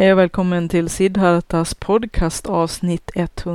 Hej och välkommen till Siddhartas podcast avsnitt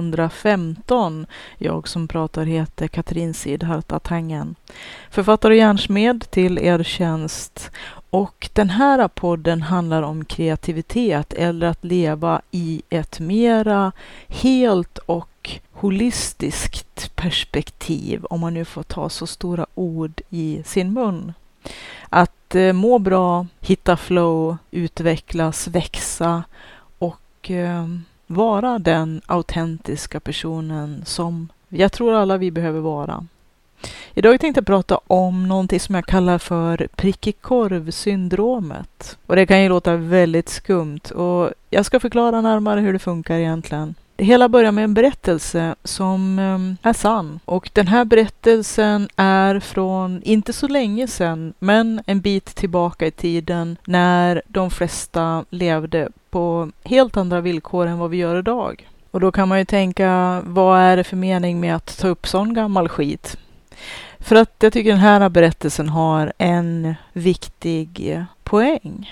115. Jag som pratar heter Katrin Siddharta Tangen. Författare och hjärnsmed till er tjänst. Och den här podden handlar om kreativitet eller att leva i ett mera helt och holistiskt perspektiv, om man nu får ta så stora ord i sin mun. Att må bra, hitta flow, utvecklas, växa och vara den autentiska personen som jag tror alla vi behöver vara. Idag tänkte jag prata om någonting som jag kallar för prickig korv-syndromet. Och det kan ju låta väldigt skumt och jag ska förklara närmare hur det funkar egentligen. Det hela börjar med en berättelse som är sann. Och den här berättelsen är från inte så länge sedan, men en bit tillbaka i tiden när de flesta levde på helt andra villkor än vad vi gör idag. Och då kan man ju tänka, vad är det för mening med att ta upp sån gammal skit? För att jag tycker den här berättelsen har en viktig poäng.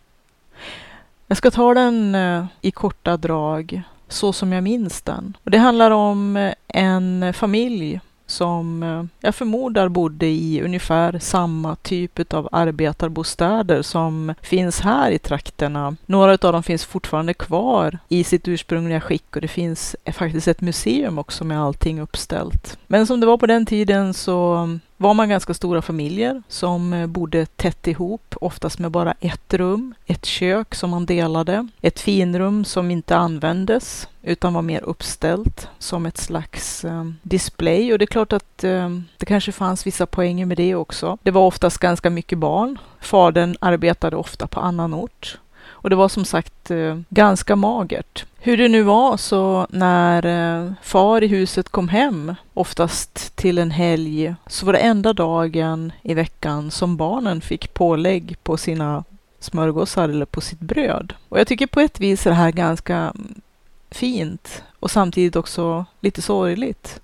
Jag ska ta den i korta drag, så som jag minns den. Och det handlar om en familj som jag förmodar bodde i ungefär samma typ av arbetarbostäder som finns här i trakterna. Några av dem finns fortfarande kvar i sitt ursprungliga skick och det finns faktiskt ett museum också med allting uppställt. Men som det var på den tiden så var man ganska stora familjer som bodde tätt ihop, oftast med bara ett rum, ett kök som man delade, ett finrum som inte användes utan var mer uppställt som ett slags display. Och det är klart att det kanske fanns vissa poänger med det också. Det var oftast ganska mycket barn. Fadern arbetade ofta på annan ort. Och det var som sagt ganska magert. Hur det nu var så när far i huset kom hem, oftast till en helg, så var det enda dagen i veckan som barnen fick pålägg på sina smörgåsar eller på sitt bröd. Och jag tycker på ett vis är det här ganska fint och samtidigt också lite sorgligt.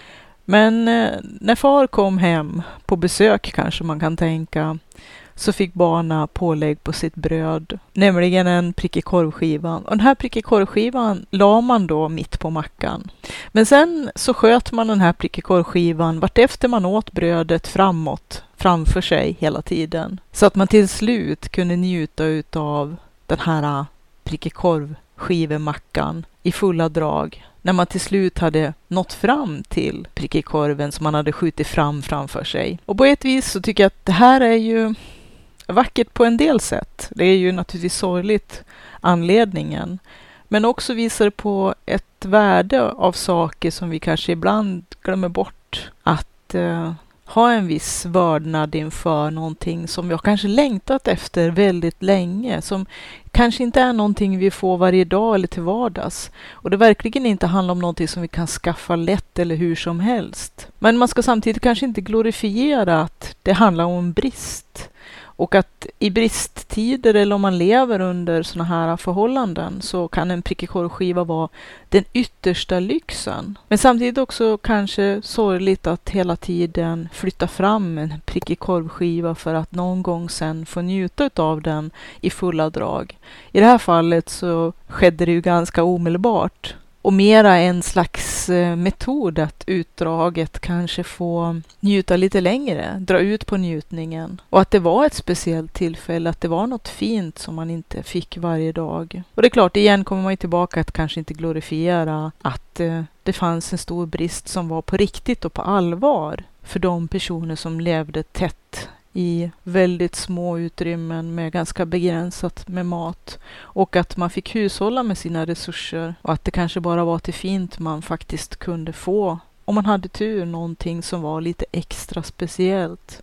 Men när far kom hem på besök, kanske man kan tänka, så fick barnen pålägg på sitt bröd, nämligen en prickig korvskiva. Och den här prickig korvskivan la man då mitt på mackan. Men sen så sköt man den här prickig korvskivan vartefter man åt brödet framåt, framför sig hela tiden. Så att man till slut kunde njuta utav den här prickig korvskivemackan i fulla drag. När man till slut hade nått fram till prickig korven som man hade skjutit framför sig. Och på ett vis så tycker jag att det här är ju vackert på en del sätt. Det är ju naturligtvis sorgligt anledningen. Men också visar på ett värde av saker som vi kanske ibland glömmer bort. Att ha en viss vördnad inför någonting som jag kanske längtat efter väldigt länge. Som kanske inte är någonting vi får varje dag eller till vardags. Och det verkligen inte handlar om någonting som vi kan skaffa lätt eller hur som helst. Men man ska samtidigt kanske inte glorifiera att det handlar om brist. Och att i bristtider eller om man lever under såna här förhållanden så kan en prickig korvskiva vara den yttersta lyxen. Men samtidigt också kanske sorgligt att hela tiden flytta fram en prickig korvskiva för att någon gång sen få njuta av den i fulla drag. I det här fallet så skedde det ju ganska omedelbart. Och mera en slags metod att utdraget kanske få njuta lite längre, dra ut på njutningen. Och att det var ett speciellt tillfälle, att det var något fint som man inte fick varje dag. Och det är klart, igen kommer man ju tillbaka att kanske inte glorifiera att det fanns en stor brist som var på riktigt och på allvar för de personer som levde tätt i väldigt små utrymmen med ganska begränsat med mat och att man fick hushålla med sina resurser och att det kanske bara var till fint man faktiskt kunde få om man hade tur någonting som var lite extra speciellt.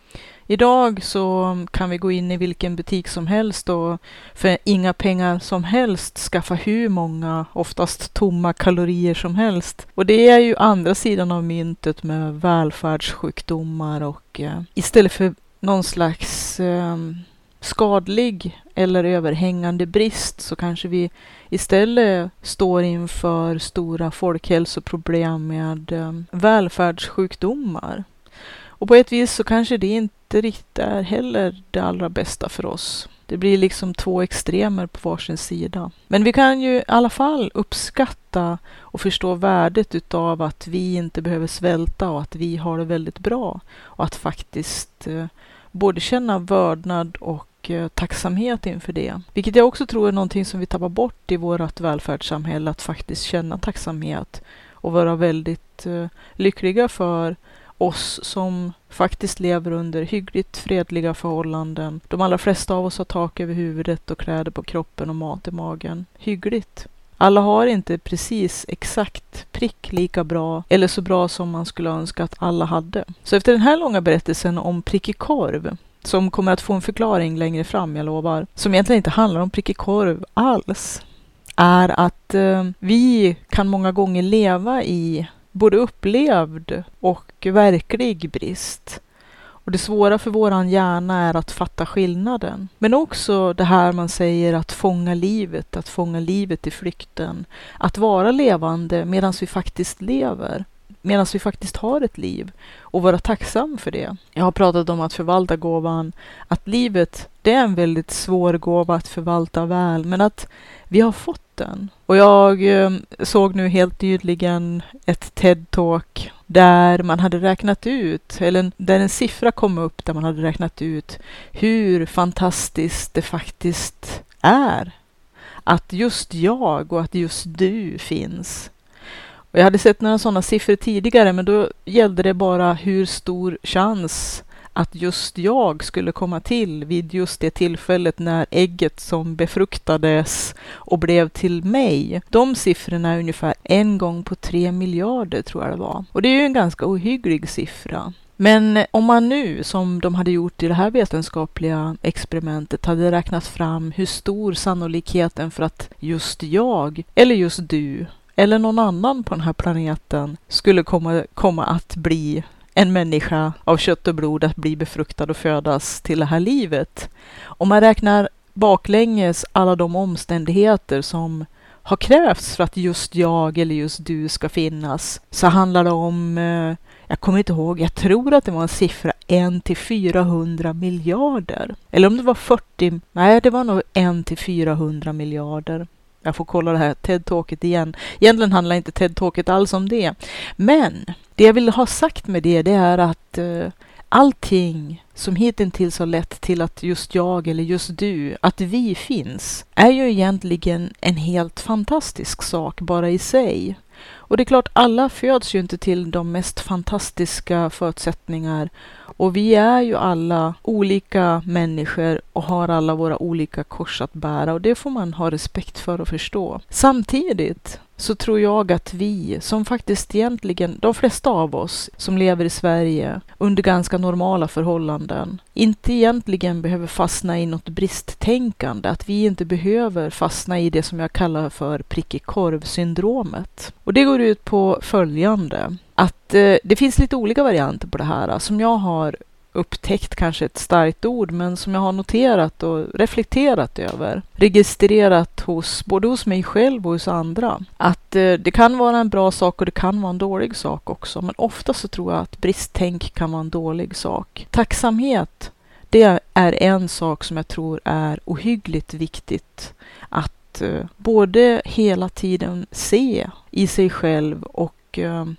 Idag så kan vi gå in i vilken butik som helst och för inga pengar som helst skaffa hur många, oftast tomma kalorier som helst. Och det är ju andra sidan av myntet med välfärdssjukdomar och istället för någon slags skadlig eller överhängande brist så kanske vi istället står inför stora folkhälsoproblem med välfärdssjukdomar. Och på ett vis så kanske det inte riktigt är heller det allra bästa för oss. Det blir liksom två extremer på varsin sida. Men vi kan ju i alla fall uppskatta och förstå värdet utav att vi inte behöver svälta och att vi har det väldigt bra. Och att faktiskt både känna vördnad och tacksamhet inför det. Vilket jag också tror är någonting som vi tappar bort i vårt välfärdssamhälle. Att faktiskt känna tacksamhet och vara väldigt lyckliga för oss som faktiskt lever under hyggligt fredliga förhållanden. De allra flesta av oss har tak över huvudet och kläder på kroppen och mat i magen. Hyggligt. Alla har inte precis exakt prick lika bra eller så bra som man skulle önska att alla hade. Så efter den här långa berättelsen om prickig korv, som kommer att få en förklaring längre fram, jag lovar, som egentligen inte handlar om prickig korv alls, är att vi kan många gånger leva i både upplevd och verklig brist. Och det svåra för våran hjärna är att fatta skillnaden. Men också det här man säger att fånga livet i flykten. Att vara levande medan vi faktiskt lever. Medan vi faktiskt har ett liv. Och vara tacksam för det. Jag har pratat om att förvalta gåvan. Att livet, det är en väldigt svår gåva att förvalta väl. Men att vi har fått den. Och jag såg nu helt nyligen ett TED-talk där man hade räknat ut, eller där en siffra kom upp där man hade räknat ut hur fantastiskt det faktiskt är att just jag och att just du finns. Och jag hade sett några sådana siffror tidigare, men då gällde det bara hur stor chans att just jag skulle komma till vid just det tillfället när ägget som befruktades och blev till mig. De siffrorna är ungefär 1 gång på 3 miljarder tror jag det var. Och det är ju en ganska ohygglig siffra. Men om man nu, som de hade gjort i det här vetenskapliga experimentet, hade räknat fram hur stor sannolikheten för att just jag, eller just du, eller någon annan på den här planeten skulle komma att bli en människa av kött och blod, att bli befruktad och födas till det här livet. Om man räknar baklänges alla de omständigheter som har krävts för att just jag eller just du ska finnas, så handlar det om, jag kommer inte ihåg, jag tror att det var en siffra 1 till 400 miljarder. Eller om det var 40, nej det var nog 1 till 400 miljarder. Jag får kolla det här TED-talket igen. Egentligen handlar inte TED-talket alls om det. Men det jag vill ha sagt med det är att allting som hittills har lett till att just jag eller just du, att vi finns, är ju egentligen en helt fantastisk sak bara i sig. Och det är klart, alla föds ju inte till de mest fantastiska förutsättningar. Och vi är ju alla olika människor och har alla våra olika kors att bära. Och det får man ha respekt för och förstå. Samtidigt så tror jag att vi, som faktiskt egentligen, de flesta av oss som lever i Sverige under ganska normala förhållanden, inte egentligen behöver fastna i något bristtänkande. Att vi inte behöver fastna i det som jag kallar för prickig korv-syndromet. Och det går ut på följande. Att det finns lite olika varianter på det här som jag har upptäckt, kanske ett starkt ord, men som jag har noterat och reflekterat över. Registrerat både hos mig själv och hos andra. Att det kan vara en bra sak och det kan vara en dålig sak också. Men ofta så tror jag att bristtänk kan vara en dålig sak. Tacksamhet, det är en sak som jag tror är ohyggligt viktigt att både hela tiden se i sig själv och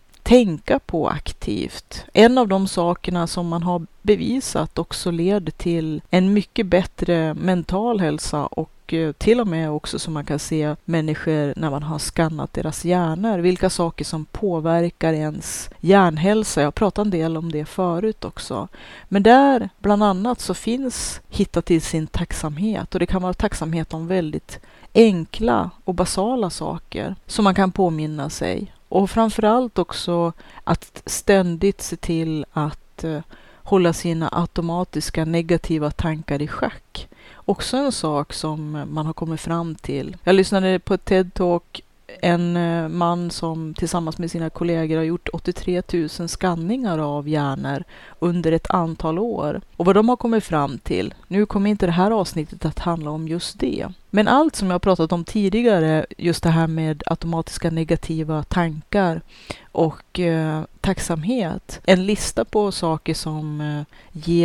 tänka på aktivt. En av de sakerna som man har bevisat också leder till en mycket bättre mental hälsa och till och med också som man kan se människor när man har skannat deras hjärnor. Vilka saker som påverkar ens hjärnhälsa. Jag har pratat en del om det förut också. Men där bland annat så finns hitta till sin tacksamhet. Och det kan vara tacksamhet om väldigt enkla och basala saker som man kan påminna sig. Och framförallt också att ständigt se till att hålla sina automatiska negativa tankar i schack. Också en sak som man har kommit fram till. Jag lyssnade på ett TED-talk, en man som tillsammans med sina kollegor har gjort 83 000 skanningar av hjärnor under ett antal år. Och vad de har kommit fram till, nu kommer inte det här avsnittet att handla om just det. Men allt som jag har pratat om tidigare, just det här med automatiska negativa tankar och tacksamhet. En lista på saker som ger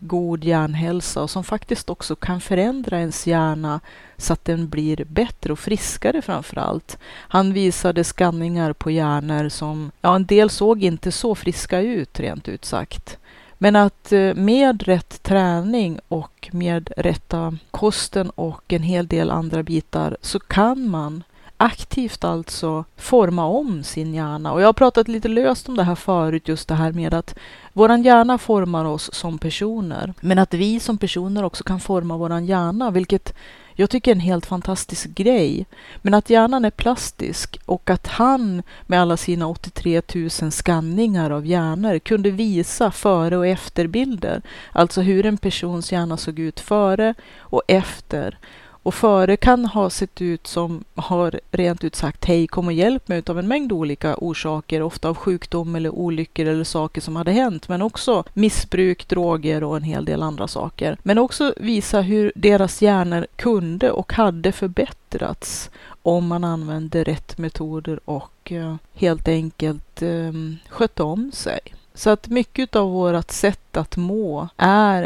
god hjärnhälsa och som faktiskt också kan förändra ens hjärna så att den blir bättre och friskare framför allt. Han visade skanningar på hjärnor som, en del såg inte så friska ut rent ut sagt. Men att med rätt träning och med rätta kosten och en hel del andra bitar så kan man aktivt alltså forma om sin hjärna. Och jag har pratat lite löst om det här förut, just det här med att våran hjärna formar oss som personer. Men att vi som personer också kan forma våran hjärna, vilket jag tycker är en helt fantastisk grej. Men att hjärnan är plastisk och att han med alla sina 83 000 skanningar av hjärnor kunde visa före- och efterbilder. Alltså hur en persons hjärna såg ut före och efter. Och före kan ha sett ut som har rent ut sagt hej, kom och hjälp mig utav en mängd olika orsaker, ofta av sjukdom eller olyckor eller saker som hade hänt, men också missbruk, droger och en hel del andra saker. Men också visa hur deras hjärnor kunde och hade förbättrats om man använde rätt metoder och helt enkelt skötte om sig. Så att mycket av vårt sätt att må är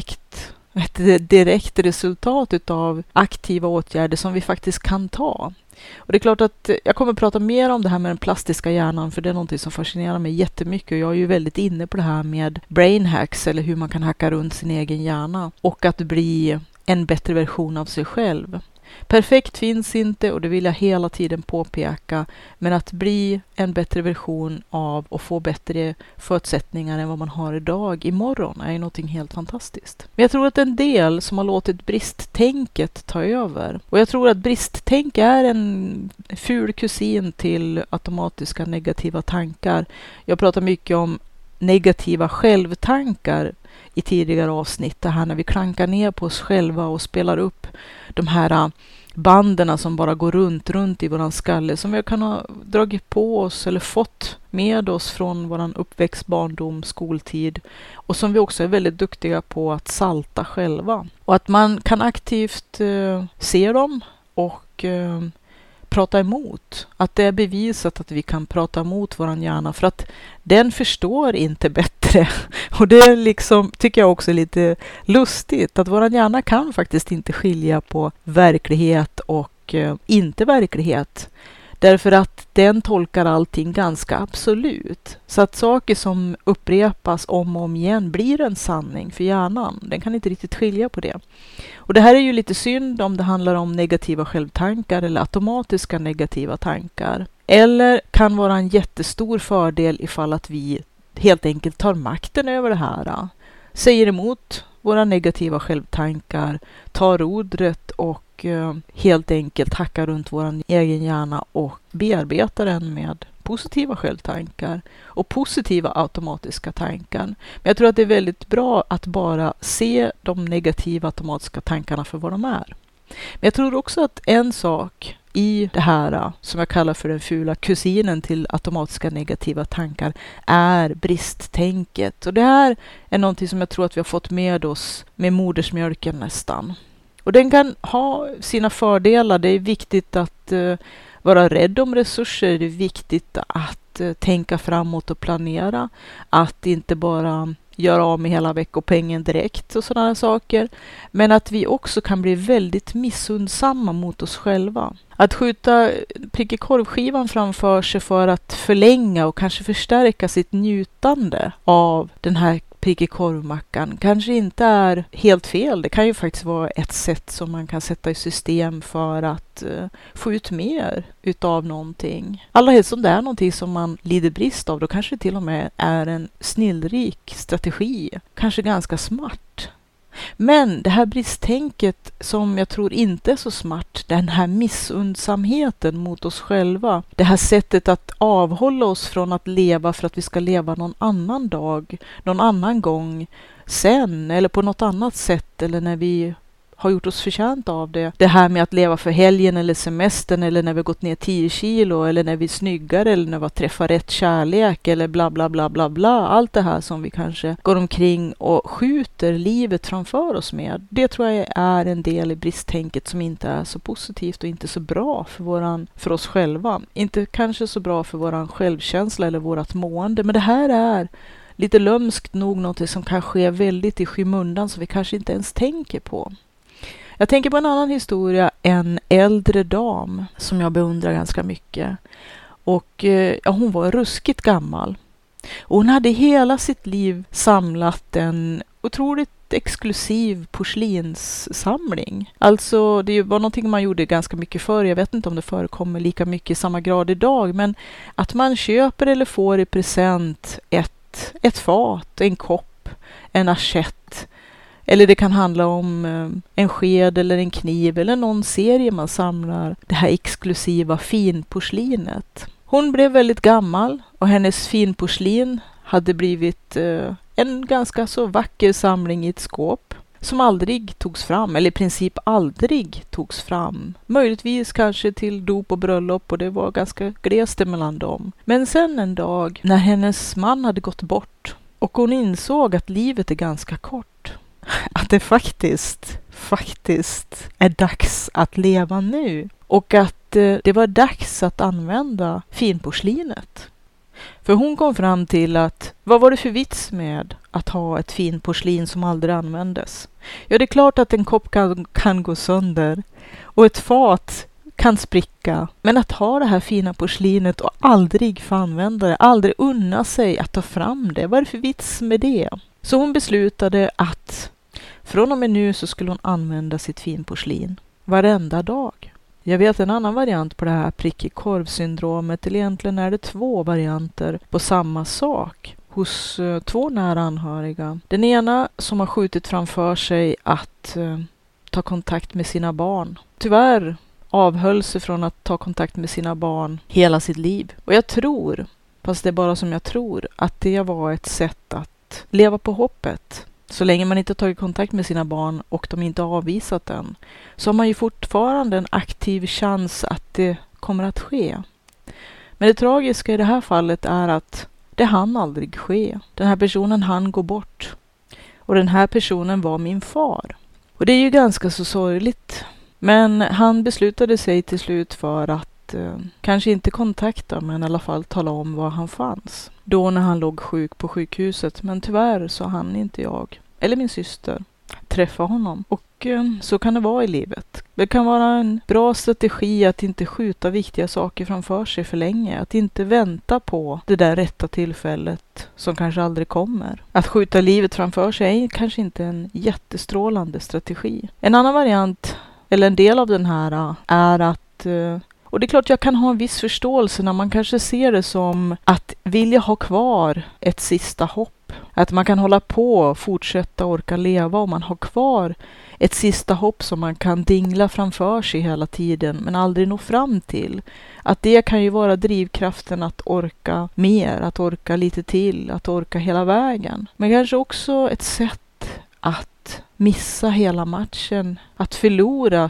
ett direkt resultat utav aktiva åtgärder som vi faktiskt kan ta. Och det är klart att jag kommer att prata mer om det här med den plastiska hjärnan, för det är någonting som fascinerar mig jättemycket och jag är ju väldigt inne på det här med brain hacks, eller hur man kan hacka runt sin egen hjärna och att bli en bättre version av sig själv. Perfekt finns inte och det vill jag hela tiden påpeka, men att bli en bättre version av och få bättre förutsättningar än vad man har idag imorgon är ju någonting helt fantastiskt. Men jag tror att en del som har låtit bristtänket ta över, och jag tror att bristtänk är en ful kusin till automatiska negativa tankar. Jag pratar mycket om negativa självtankar i tidigare avsnitt, det här när vi klankar ner på oss själva och spelar upp de här banderna som bara går runt i våran skalle, som vi kan ha dragit på oss eller fått med oss från våran uppväxt, barndom, skoltid, och som vi också är väldigt duktiga på att salta själva. Och att man kan aktivt se dem och prata emot. Att det är bevisat att vi kan prata emot våran hjärna, för att den förstår inte bättre. Och det är liksom, tycker jag också är lite lustigt, att våran hjärna kan faktiskt inte skilja på verklighet och inte verklighet. Därför att den tolkar allting ganska absolut. Så att saker som upprepas om och om igen blir en sanning för hjärnan. Den kan inte riktigt skilja på det. Och det här är ju lite synd om det handlar om negativa självtankar eller automatiska negativa tankar. Eller kan vara en jättestor fördel ifall att vi helt enkelt tar makten över det här. Säger emot våra negativa självtankar, tar rodret och helt enkelt hackar runt vår egen hjärna och bearbetar den med positiva självtankar och positiva automatiska tankar. Men jag tror att det är väldigt bra att bara se de negativa automatiska tankarna för vad de är. Men jag tror också att en sak i det här som jag kallar för den fula kusinen till automatiska negativa tankar är bristtänket. Och det här är någonting som jag tror att vi har fått med oss med modersmjölken nästan. Och den kan ha sina fördelar. Det är viktigt att vara rädd om resurser. Det är viktigt att tänka framåt och planera. Att inte bara göra av med hela veckopengen direkt och sådana saker. Men att vi också kan bli väldigt missundsamma mot oss själva. Att skjuta prick korvskivan framför sig för att förlänga och kanske förstärka sitt njutande av den här prick korvmackan kanske inte är helt fel. Det kan ju faktiskt vara ett sätt som man kan sätta i system för att få ut mer utav någonting. Allra helst om det är någonting som man lider brist av, då kanske det till och med är en snillrik strategi. Kanske ganska smart. Men det här bristtänket som jag tror inte är så smart, den här missundsamheten mot oss själva, det här sättet att avhålla oss från att leva för att vi ska leva någon annan dag, någon annan gång, sen eller på något annat sätt, eller när vi har gjort oss förtjänt av det. Det här med att leva för helgen eller semestern, eller när vi gått ner 10 kilo, eller när vi är snyggare, eller när vi träffar rätt kärlek, eller bla bla bla bla bla. Allt det här som vi kanske går omkring och skjuter livet framför oss med. Det tror jag är en del i bristtänket som inte är så positivt och inte så bra för oss själva. Inte kanske så bra för våran självkänsla eller vårat mående, men det här är lite lömskt nog något som kanske är väldigt i skymundan så vi kanske inte ens tänker på. Jag tänker på en annan historia, en äldre dam som jag beundrar ganska mycket. Och hon var ruskigt gammal. Och hon hade hela sitt liv samlat en otroligt exklusiv porslinssamling. Alltså det var någonting man gjorde ganska mycket förr. Jag vet inte om det förekommer lika mycket i samma grad idag. Men att man köper eller får i present ett fat, en kopp, en assiett. Eller det kan handla om en sked eller en kniv eller någon serie man samlar. Det här exklusiva finporslinet. Hon blev väldigt gammal och hennes finporslin hade blivit en ganska så vacker samling i ett skåp som aldrig togs fram, eller i princip aldrig togs fram. Möjligtvis kanske till dop och bröllop och det var ganska glest mellan dem. Men sen en dag när hennes man hade gått bort och hon insåg att livet är ganska kort. Att det faktiskt är dags att leva nu. Och att det var dags att använda finporslinet. För hon kom fram till att vad var det för vits med att ha ett finporslin som aldrig användes? Ja, det är klart att en kopp kan gå sönder och ett fat kan spricka. Men att ha det här fina porslinet och aldrig få använda det, aldrig unna sig att ta fram det. Vad är det för vits med det? Så hon beslutade att från och med nu så skulle hon använda sitt finporslin varenda dag. Jag vet en annan variant på det här prickig korvsyndromet, eller egentligen är det 2 varianter på samma sak hos 2 nära anhöriga. Den ena som har skjutit framför sig att ta kontakt med sina barn. Tyvärr avhöll sig från att ta kontakt med sina barn hela sitt liv. Och jag tror, fast det är bara som jag tror, att det var ett sätt att leva på hoppet. Så länge man inte tagit kontakt med sina barn och de inte avvisat den, så har man ju fortfarande en aktiv chans att det kommer att ske. Men det tragiska i det här fallet är att det hann aldrig ske. Den här personen hann gå bort. Och den här personen var min far. Och det är ju ganska så sorgligt. Men han beslutade sig till slut för att kanske inte kontakta, men i alla fall tala om var han fanns. Då när han låg sjuk på sjukhuset, men tyvärr så hann inte jag, eller min syster, träffa honom. Och så kan det vara i livet. Det kan vara en bra strategi att inte skjuta viktiga saker framför sig för länge. Att inte vänta på det där rätta tillfället som kanske aldrig kommer. Att skjuta livet framför sig är kanske inte en jättestrålande strategi. En annan variant, eller en del av den här, är att och det är klart jag kan ha en viss förståelse när man kanske ser det som att vilja ha kvar ett sista hopp. Att man kan hålla på och fortsätta orka leva om man har kvar ett sista hopp som man kan dingla framför sig hela tiden men aldrig nå fram till. Att det kan ju vara drivkraften att orka mer, att orka lite till, att orka hela vägen. Men kanske också ett sätt att missa hela matchen, att förlora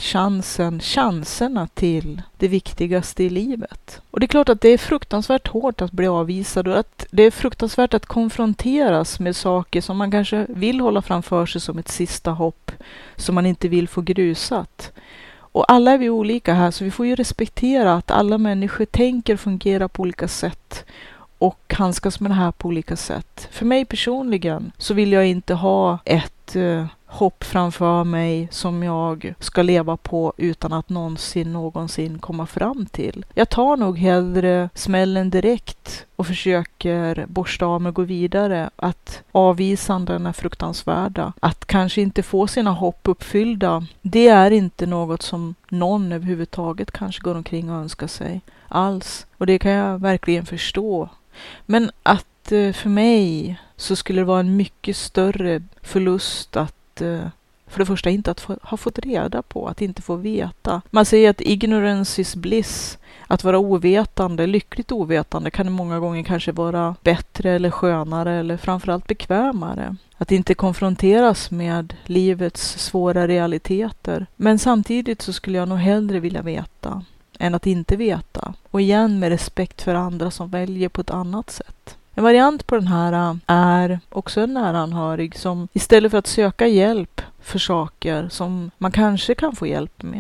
chanserna till det viktigaste i livet. Och det är klart att det är fruktansvärt hårt att bli avvisad och att det är fruktansvärt att konfronteras med saker som man kanske vill hålla framför sig som ett sista hopp som man inte vill få grusat. Och alla är vi olika här, så vi får ju respektera att alla människor tänker och fungerar på olika sätt och handskas med det här på olika sätt. För mig personligen så vill jag inte ha ett hopp framför mig som jag ska leva på utan att någonsin komma fram till. Jag tar nog hellre smällen direkt och försöker borsta av mig och gå vidare. Att avvisanden är fruktansvärda. Att kanske inte få sina hopp uppfyllda, det är inte något som någon överhuvudtaget kanske går omkring och önskar sig alls. Och det kan jag verkligen förstå. Men att för mig så skulle det vara en mycket större förlust att för det första inte att ha fått reda på, att inte få veta. Man säger att ignorance is bliss. Att vara ovetande, lyckligt ovetande, kan många gånger kanske vara bättre eller skönare eller framförallt bekvämare. Att inte konfronteras med livets svåra realiteter. Men samtidigt så skulle jag nog hellre vilja veta än att inte veta. Och igen med respekt för andra som väljer på ett annat sätt. En variant på den här är också en nära anhörig som istället för att söka hjälp för saker som man kanske kan få hjälp med,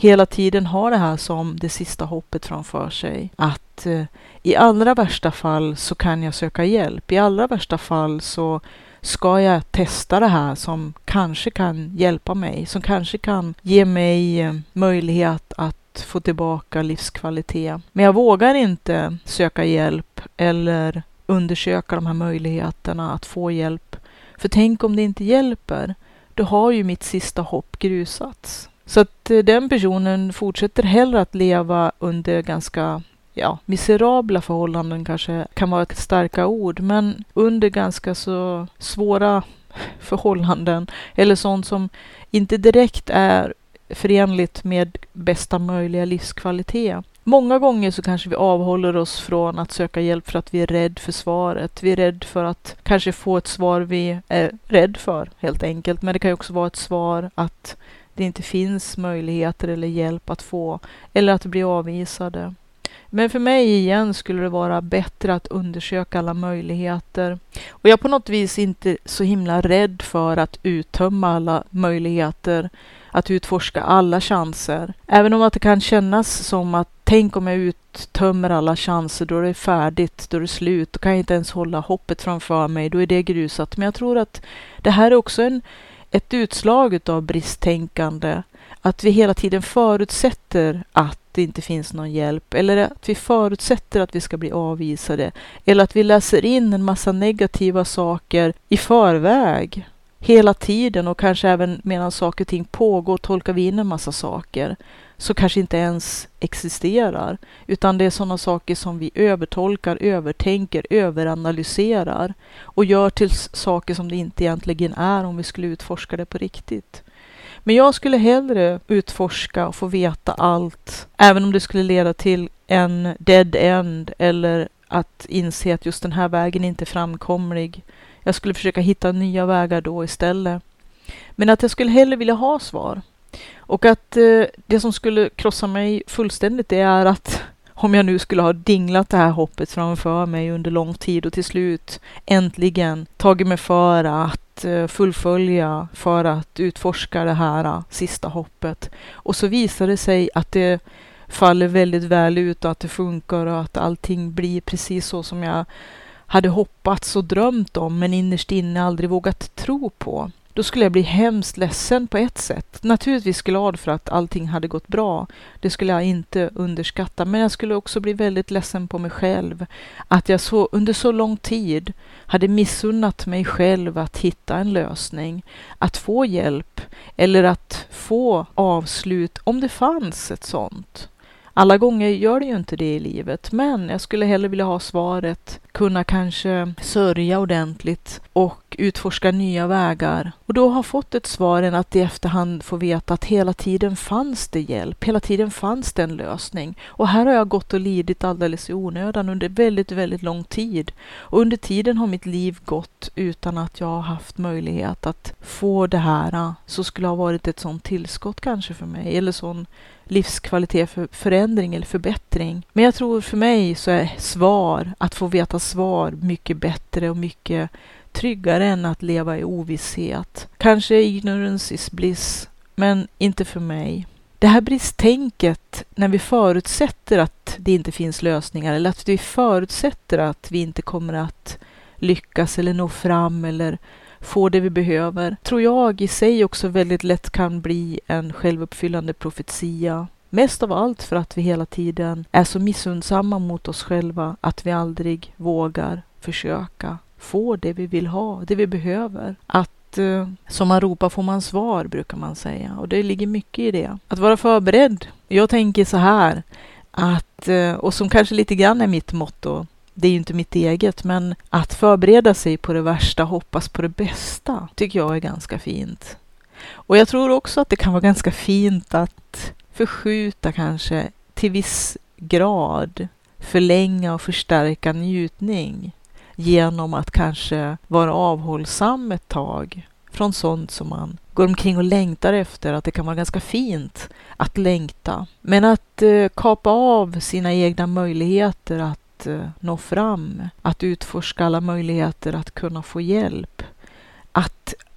hela tiden ha det här som det sista hoppet framför sig. Att i allra värsta fall så kan jag söka hjälp. I allra värsta fall så ska jag testa det här som kanske kan hjälpa mig, som kanske kan ge mig möjlighet att få tillbaka livskvalitet. Men jag vågar inte söka hjälp eller undersöka de här möjligheterna att få hjälp. För tänk om det inte hjälper, då har ju mitt sista hopp grusats. Så att den personen fortsätter hellre att leva under ganska miserabla förhållanden, kanske kan vara ett starka ord, men under ganska så svåra förhållanden eller sånt som inte direkt är förenligt med bästa möjliga livskvalitet. Många gånger så kanske vi avhåller oss från att söka hjälp för att vi är rädd för svaret. Vi är rädd för att kanske få ett svar vi är rädd för helt enkelt. Men det kan ju också vara ett svar att det inte finns möjligheter eller hjälp att få eller att bli avvisade. Men för mig igen skulle det vara bättre att undersöka alla möjligheter. Och jag är på något vis inte så himla rädd för att uttömma alla möjligheter, att utforska alla chanser. Även om att det kan kännas som att tänk om jag uttömmer alla chanser, då är det färdigt, då är det slut, då kan jag inte ens hålla hoppet framför mig, då är det grusat. Men jag tror att det här är också ett utslag av bristtänkande. Att vi hela tiden förutsätter att det inte finns någon hjälp, eller att vi förutsätter att vi ska bli avvisade, eller att vi läser in en massa negativa saker i förväg hela tiden, och kanske även medan saker och ting pågår tolkar vi in en massa saker som kanske inte ens existerar, utan det är sådana saker som vi övertolkar, övertänker, överanalyserar och gör till saker som det inte egentligen är om vi skulle utforska det på riktigt. Men jag skulle hellre utforska och få veta allt, även om det skulle leda till en dead end eller att inse att just den här vägen inte är framkomlig. Jag skulle försöka hitta nya vägar då istället. Men att jag skulle hellre vilja ha svar. Och att det som skulle krossa mig fullständigt, det är att om jag nu skulle ha dinglat det här hoppet framför mig under lång tid och till slut äntligen tagit mig för att fullfölja, för att utforska det här sista hoppet. Och så visar det sig att det faller väldigt väl ut och att det funkar och att allting blir precis så som jag hade hoppats och drömt om, men innerst inne aldrig vågat tro på. Då skulle jag bli hemskt ledsen på ett sätt. Naturligtvis glad för att allting hade gått bra. Det skulle jag inte underskatta. Men jag skulle också bli väldigt ledsen på mig själv. Att jag under så lång tid hade missunnat mig själv att hitta en lösning. Att få hjälp. Eller att få avslut om det fanns ett sånt. Alla gånger gör det ju inte det i livet, men jag skulle hellre vilja ha svaret, kunna kanske sörja ordentligt och utforska nya vägar. Och då ha fått ett svar än att i efterhand få veta att hela tiden fanns det hjälp, hela tiden fanns det en lösning. Och här har jag gått och lidit alldeles i onödan under väldigt, väldigt lång tid. Och under tiden har mitt liv gått utan att jag har haft möjlighet att få det här. Så skulle ha varit ett sånt tillskott kanske för mig, eller sån livskvalitet för förändring eller förbättring. Men jag tror för mig så är att få veta svar mycket bättre och mycket tryggare än att leva i ovisshet. Kanske ignorance is bliss, men inte för mig. Det här bristtänket när vi förutsätter att det inte finns lösningar, eller att vi förutsätter att vi inte kommer att lyckas eller nå fram eller få det vi behöver, tror jag i sig också väldigt lätt kan bli en självuppfyllande profetia. Mest av allt för att vi hela tiden är så missundsamma mot oss själva att vi aldrig vågar försöka få det vi vill ha, det vi behöver. Att som man ropar får man svar, brukar man säga. Och det ligger mycket i det. Att vara förberedd. Jag tänker så här, att, och som kanske lite grann är mitt motto, det är ju inte mitt eget, men att förbereda sig på det värsta, hoppas på det bästa, tycker jag är ganska fint. Och jag tror också att det kan vara ganska fint att förskjuta kanske till viss grad, förlänga och förstärka njutning genom att kanske vara avhållsam ett tag från sånt som man går omkring och längtar efter. Att det kan vara ganska fint att längta, men att kapa av sina egna möjligheter att nå fram, att utforska alla möjligheter att kunna få hjälp, att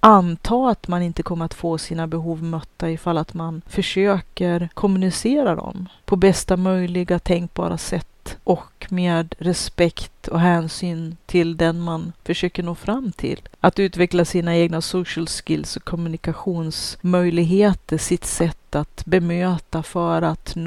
anta att man inte kommer att få sina behov mötta ifall att man försöker kommunicera dem på bästa möjliga tänkbara sätt och med respekt och hänsyn till den man försöker nå fram till. Att utveckla sina egna social skills och kommunikationsmöjligheter, sitt sätt att bemöta för att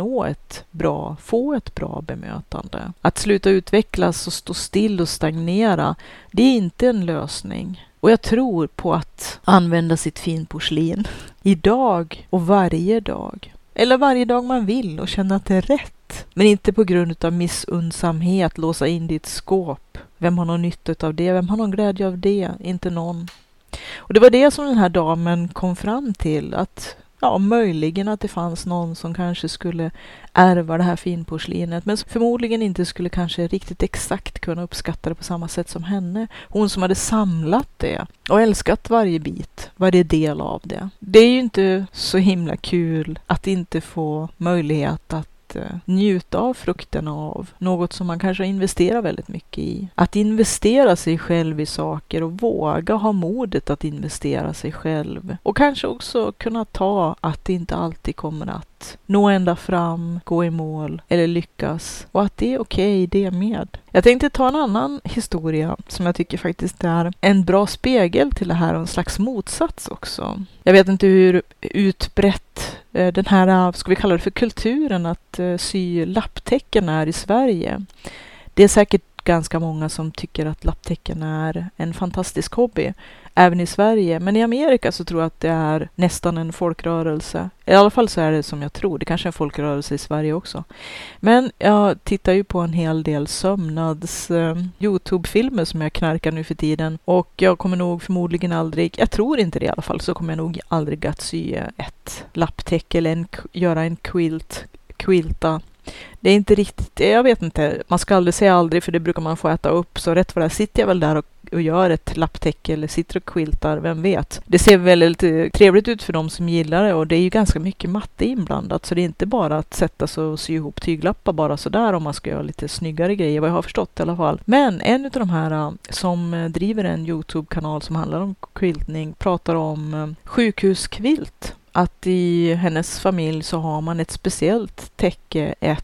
få ett bra bemötande. Att sluta utvecklas och stå still och stagnera, det är inte en lösning. Och jag tror på att använda sitt finporslin idag och varje dag. Eller varje dag man vill och känna att det är rätt. Men inte på grund av missundsamhet låsa in ditt skåp. Vem har någon nytta av det? Vem har någon glädje av det? Inte någon. Och det var det som den här damen kom fram till. Att möjligen att det fanns någon som kanske skulle ärva det här finporslinet. Men förmodligen inte skulle kanske riktigt exakt kunna uppskatta det på samma sätt som henne. Hon som hade samlat det och älskat varje bit, varje del av det. Det är ju inte så himla kul att inte få möjlighet att njuta av frukterna av något som man kanske investerar väldigt mycket i. Att investera sig själv i saker och våga ha modet att investera sig själv. Och kanske också kunna ta att det inte alltid kommer att nå ända fram, gå i mål eller lyckas. Och att det är okej, det med. Jag tänkte ta en annan historia som jag tycker faktiskt är en bra spegel till det här och en slags motsats också. Jag vet inte hur utbrett den här, ska vi kalla det för kulturen att sy lapptäcken är i Sverige. Det är säkert ganska många som tycker att lapptäcken är en fantastisk hobby, även i Sverige. Men i Amerika så tror jag att det är nästan en folkrörelse. I alla fall så är det som jag tror. Det kanske är en folkrörelse i Sverige också. Men jag tittar ju på en hel del sömnads YouTube-filmer som jag knarkar nu för tiden. Och jag kommer nog förmodligen aldrig, jag tror inte det i alla fall, så kommer jag nog aldrig att sy ett lapptäcke eller göra en quilta. Det är inte riktigt, jag vet inte, man ska aldrig säga aldrig för det brukar man få äta upp. Så rätt vad det sitter jag väl där och gör ett lapptäcke eller sitter och quiltar, vem vet. Det ser väldigt trevligt ut för de som gillar det och det är ju ganska mycket matte inblandat. Så det är inte bara att sätta sig och sy ihop tyglappar bara sådär om man ska göra lite snyggare grejer, vad jag har förstått i alla fall. Men en av de här som driver en YouTube-kanal som handlar om quiltning pratar om sjukhuskvilt. Att i hennes familj så har man ett speciellt täcke, ett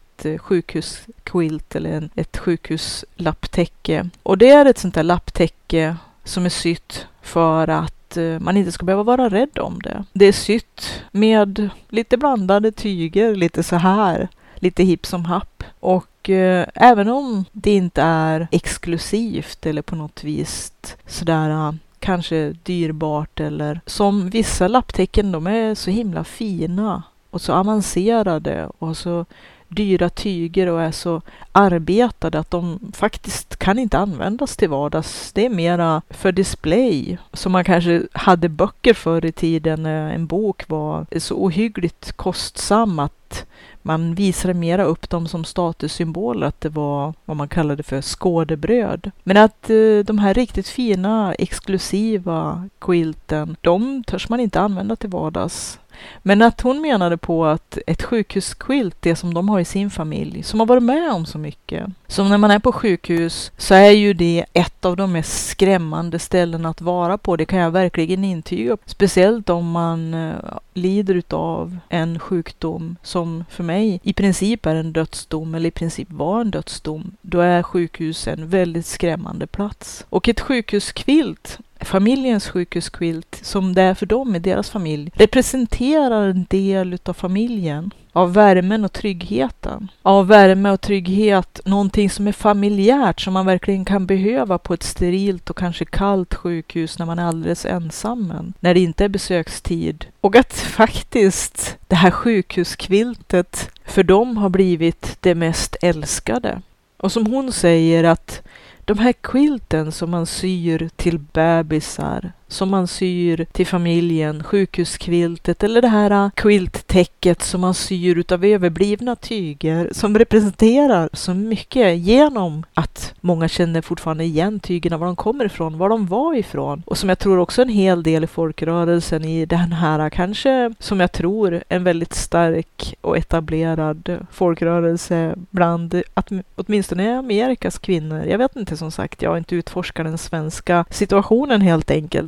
sjukhusquilt eller ett sjukhuslapptäcke. Och det är ett sånt där lapptäcke som är sytt för att man inte ska behöva vara rädd om det. Det är sytt med lite blandade tyger, lite så här, lite hipp som happ. Och även om det inte är exklusivt eller på något vis sådär kanske dyrbart eller som vissa lapptäcken, de är så himla fina och så avancerade och så dyra tyger och är så arbetade att de faktiskt kan inte användas till vardags. Det är mera för display. Som man kanske hade böcker förr i tiden. En bok var så ohyggligt kostsam att man visade mera upp dem som statussymboler, att det var vad man kallade för skådebröd. Men att de här riktigt fina, exklusiva quilten, de törs man inte använda till vardags. Men att hon menade på att ett sjukhusquilt, det som de har i sin familj, som har varit med om så mycket. Som när man är på sjukhus så är ju det ett av de mest skrämmande ställen att vara på. Det kan jag verkligen intyga. Speciellt om man lider av en sjukdom som för mig i princip är en dödsdom eller i princip var en dödsdom. Då är sjukhus en väldigt skrämmande plats. Och ett sjukhuskvilt, familjens sjukhuskvilt, som det är för dem i deras familj, representerar en del av familjen, av värmen och tryggheten. Av värme och trygghet, någonting som är familjärt som man verkligen kan behöva på ett sterilt och kanske kallt sjukhus när man är alldeles ensam, när det inte är besökstid. Och att faktiskt det här sjukhuskviltet för dem har blivit det mest älskade. Och som hon säger att de här quilten som man syr till bebisar, som man syr till familjen, sjukhuskviltet eller det här quilttäcket som man syr utav överblivna tyger som representerar så mycket genom att många känner fortfarande igen tygerna, var de kommer ifrån, var de var ifrån. Och som jag tror också en hel del i folkrörelsen i den här kanske som jag tror en väldigt stark och etablerad folkrörelse bland åtminstone Amerikas kvinnor. Jag vet inte, som sagt, jag har inte utforskat den svenska situationen helt enkelt.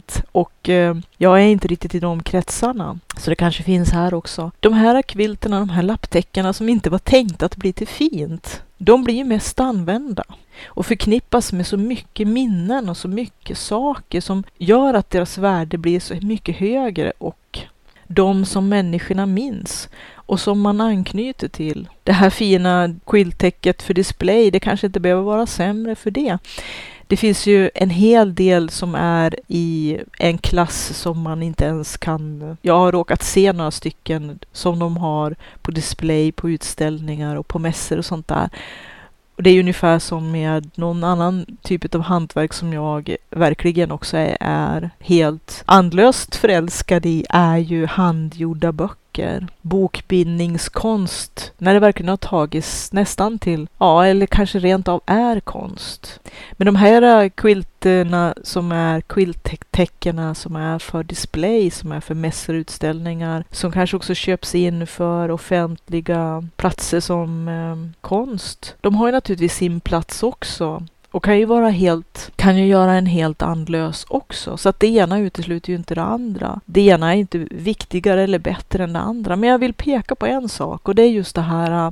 vet. Och jag är inte riktigt i de kretsarna. Så det kanske finns här också. De här quilterna, de här lapptäckena som inte var tänkta att bli till fint. De blir ju mest använda och förknippas med så mycket minnen och så mycket saker som gör att deras värde blir så mycket högre, och de som människorna minns och som man anknyter till. Det här fina quilttäcket för display, det kanske inte behöver vara sämre för det. Det finns ju en hel del som är i en klass som man inte ens kan... Jag har råkat se några stycken som de har på display, på utställningar och på mässor och sånt där. Och det är ungefär som med någon annan typ av hantverk som jag verkligen också är helt andlöst förälskad i, är ju handgjorda böcker. Bokbindningskonst, när det verkligen har tagits nästan till, ja, eller kanske rent av är konst. Men de här quilterna som är quilttäckena som är för display, som är för mässor och utställningar, som kanske också köps in för offentliga platser som konst. De har ju naturligtvis sin plats också. Och kan ju göra en helt andlös också. Så att det ena utesluter ju inte det andra. Det ena är inte viktigare eller bättre än det andra. Men jag vill peka på en sak. Och det är just det här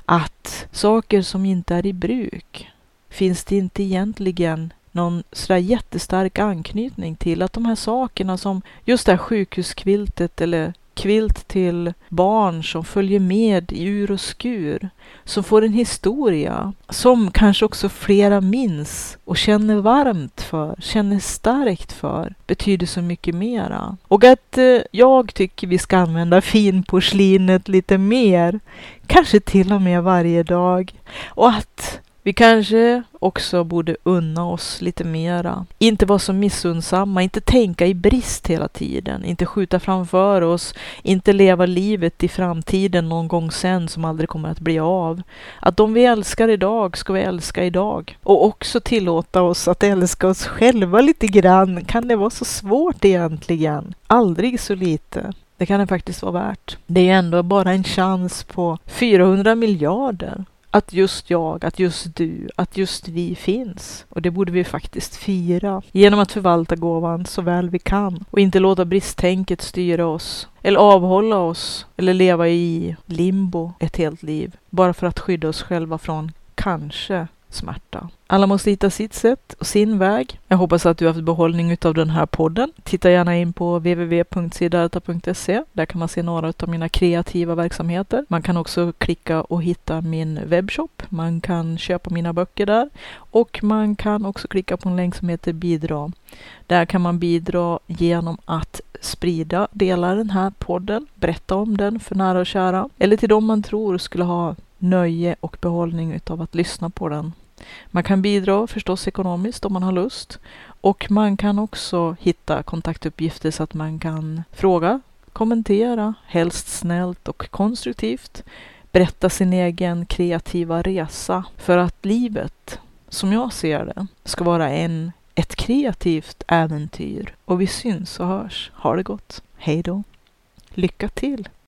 att saker som inte är i bruk finns det inte egentligen någon sådär jättestark anknytning till. Att de här sakerna som just det här sjukhuskviltet eller kvilt till barn som följer med i ur och skur, som får en historia som kanske också flera minns och känner varmt för, känner starkt för, betyder så mycket mera. Och att jag tycker vi ska använda finporslinet lite mer, kanske till och med varje dag, och att vi kanske också borde unna oss lite mera. Inte vara så missunnsamma, inte tänka i brist hela tiden, inte skjuta framför oss, inte leva livet i framtiden någon gång sen som aldrig kommer att bli av. Att de vi älskar idag ska vi älska idag. Och också tillåta oss att älska oss själva lite grann. Kan det vara så svårt egentligen? Aldrig så lite. Det kan det faktiskt vara värt. Det är ju ändå bara en chans på 400 miljarder. Att just jag, att just du, att just vi finns. Och det borde vi faktiskt fira. Genom att förvalta gåvan så väl vi kan. Och inte låta bristtänket styra oss. Eller avhålla oss. Eller leva i limbo ett helt liv. Bara för att skydda oss själva från kanske smärta. Alla måste hitta sitt sätt och sin väg. Jag hoppas att du har haft behållning av den här podden. Titta gärna in på www.siddharta.se. Där kan man se några av mina kreativa verksamheter. Man kan också klicka och hitta min webbshop. Man kan köpa mina böcker där. Och man kan också klicka på en länk som heter bidra. Där kan man bidra genom att sprida, dela den här podden. Berätta om den för nära och kära. Eller till dem man tror skulle ha nöje och behållning utav att lyssna på den. Man kan bidra förstås ekonomiskt om man har lust. Och man kan också hitta kontaktuppgifter så att man kan fråga, kommentera, helst snällt och konstruktivt. Berätta sin egen kreativa resa. För att livet, som jag ser det, ska vara ett kreativt äventyr. Och vi syns och hörs. Ha det gott. Hej då. Lycka till!